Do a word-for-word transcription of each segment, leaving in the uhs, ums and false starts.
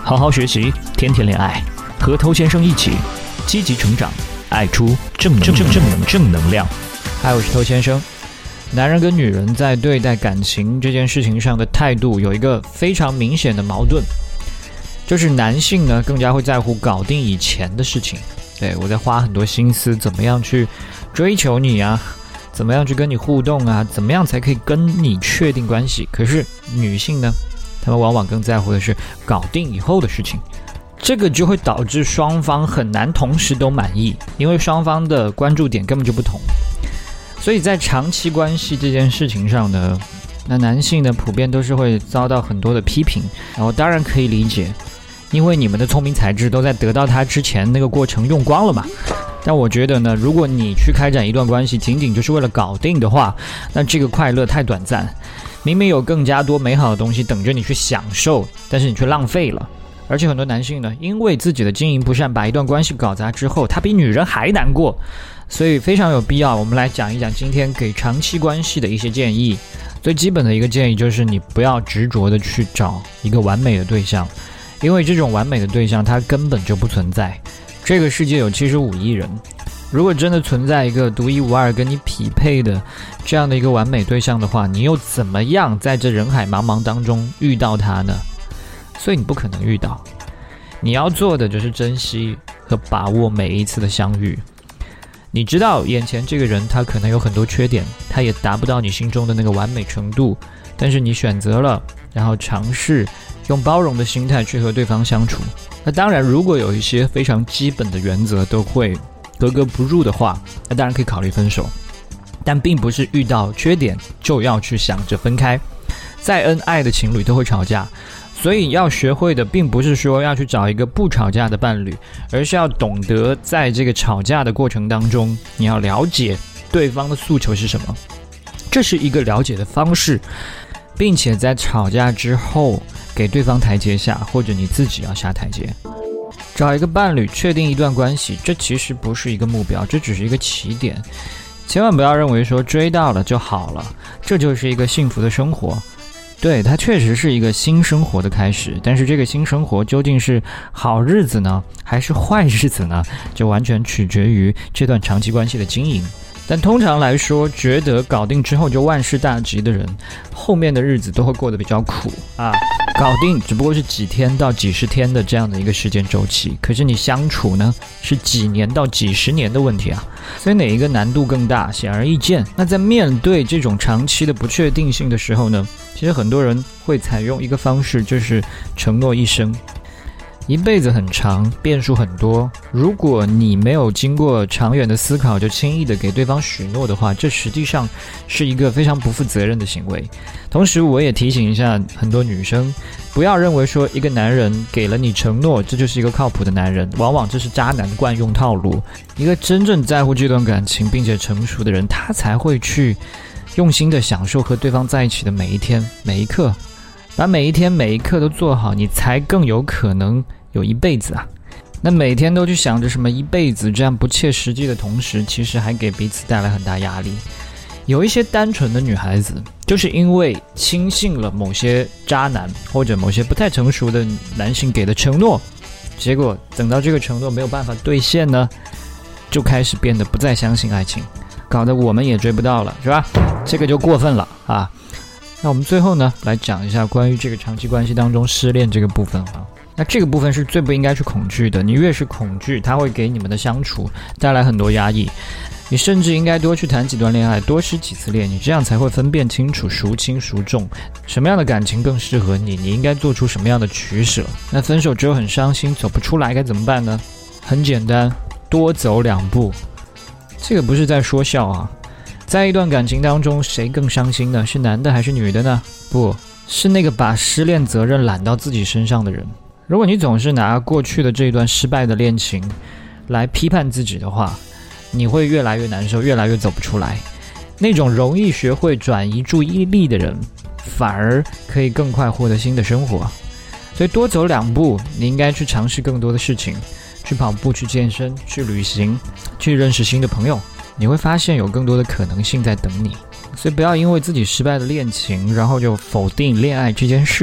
好好学习，天天恋爱，和头先生一起积极成长，爱出正正正正正能量。嗨，我是头先生。男人跟女人在对待感情这件事情上的态度有一个非常明显的矛盾，就是男性呢更加会在乎搞定以前的事情，对，我在花很多心思怎么样去追求你啊，怎么样去跟你互动啊，怎么样才可以跟你确定关系。可是女性呢，她们往往更在乎的是搞定以后的事情，这个就会导致双方很难同时都满意，因为双方的关注点根本就不同。所以在长期关系这件事情上呢，那男性呢普遍都是会遭到很多的批评，然后当然可以理解，因为你们的聪明才智都在得到他之前那个过程用光了嘛。但我觉得呢，如果你去开展一段关系仅仅就是为了搞定的话，那这个快乐太短暂，明明有更加多美好的东西等着你去享受，但是你却浪费了。而且很多男性呢，因为自己的经营不善，把一段关系搞砸之后，他比女人还难过。所以非常有必要，我们来讲一讲今天给长期关系的一些建议。最基本的一个建议就是你不要执着的去找一个完美的对象，因为这种完美的对象它根本就不存在。这个世界有七十五亿人，如果真的存在一个独一无二跟你匹配的这样的一个完美对象的话，你又怎么样在这人海茫茫当中遇到他呢？所以你不可能遇到，你要做的就是珍惜和把握每一次的相遇。你知道眼前这个人他可能有很多缺点，他也达不到你心中的那个完美程度，但是你选择了，然后尝试用包容的心态去和对方相处。那当然如果有一些非常基本的原则都会格格不入的话，那当然可以考虑分手，但并不是遇到缺点就要去想着分开。再恩爱的情侣都会吵架，所以要学会的并不是说要去找一个不吵架的伴侣，而是要懂得在这个吵架的过程当中，你要了解对方的诉求是什么，这是一个了解的方式，并且在吵架之后给对方台阶下，或者你自己要下台阶。找一个伴侣，确定一段关系，这其实不是一个目标，这只是一个起点。千万不要认为说追到了就好了，这就是一个幸福的生活。对，它确实是一个新生活的开始，但是这个新生活究竟是好日子呢，还是坏日子呢，就完全取决于这段长期关系的经营。但通常来说，觉得搞定之后就万事大吉的人，后面的日子都会过得比较苦啊。搞定只不过是几天到几十天的这样的一个时间周期，可是你相处呢，是几年到几十年的问题啊。所以哪一个难度更大，显而易见。那在面对这种长期的不确定性的时候呢，其实很多人会采用一个方式，就是承诺一生。一辈子很长，变数很多，如果你没有经过长远的思考就轻易的给对方许诺的话，这实际上是一个非常不负责任的行为。同时我也提醒一下很多女生，不要认为说一个男人给了你承诺，这就是一个靠谱的男人，往往这是渣男惯用套路。一个真正在乎这段感情并且成熟的人，他才会去用心的享受和对方在一起的每一天每一刻，把每一天每一刻都做好，你才更有可能有一辈子啊。那每天都去想着什么一辈子这样不切实际的同时，其实还给彼此带来很大压力。有一些单纯的女孩子，就是因为轻信了某些渣男或者某些不太成熟的男性给的承诺，结果等到这个承诺没有办法兑现呢，就开始变得不再相信爱情，搞得我们也追不到了，是吧？这个就过分了啊。那我们最后呢，来讲一下关于这个长期关系当中失恋这个部分啊。那这个部分是最不应该去恐惧的，你越是恐惧，它会给你们的相处带来很多压抑。你甚至应该多去谈几段恋爱，多失几次恋，你这样才会分辨清楚孰轻孰重，什么样的感情更适合你，你应该做出什么样的取舍。那分手之后很伤心，走不出来该怎么办呢？很简单，多走两步。这个不是在说笑啊。在一段感情当中，谁更伤心呢？是男的还是女的呢？不是那个把失恋责任揽到自己身上的人。如果你总是拿过去的这一段失败的恋情来批判自己的话，你会越来越难受，越来越走不出来。那种容易学会转移注意力的人，反而可以更快获得新的生活。所以多走两步，你应该去尝试更多的事情，去跑步，去健身，去旅行，去认识新的朋友，你会发现有更多的可能性在等你。所以不要因为自己失败的恋情，然后就否定恋爱这件事。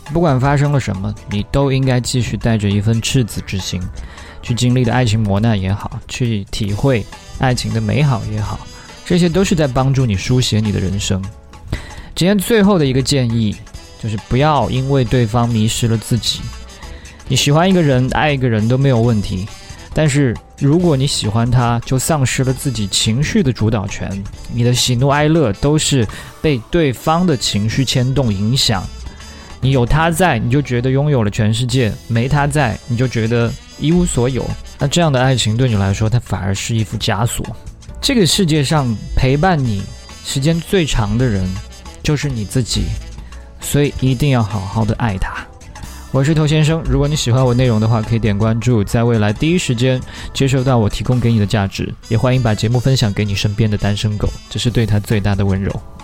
不管发生了什么，你都应该继续带着一份赤子之心，去经历的爱情磨难也好，去体会爱情的美好也好，这些都是在帮助你书写你的人生。今天最后的一个建议，就是不要因为对方迷失了自己。你喜欢一个人，爱一个人都没有问题，但是如果你喜欢他，就丧失了自己情绪的主导权，你的喜怒哀乐都是被对方的情绪牵动影响。你有他在，你就觉得拥有了全世界；没他在，你就觉得一无所有。那这样的爱情对你来说，它反而是一副枷锁。这个世界上陪伴你时间最长的人就是你自己，所以一定要好好的爱他。我是头先生，如果你喜欢我内容的话，可以点关注，在未来第一时间接收到我提供给你的价值。也欢迎把节目分享给你身边的单身狗，这是对他最大的温柔。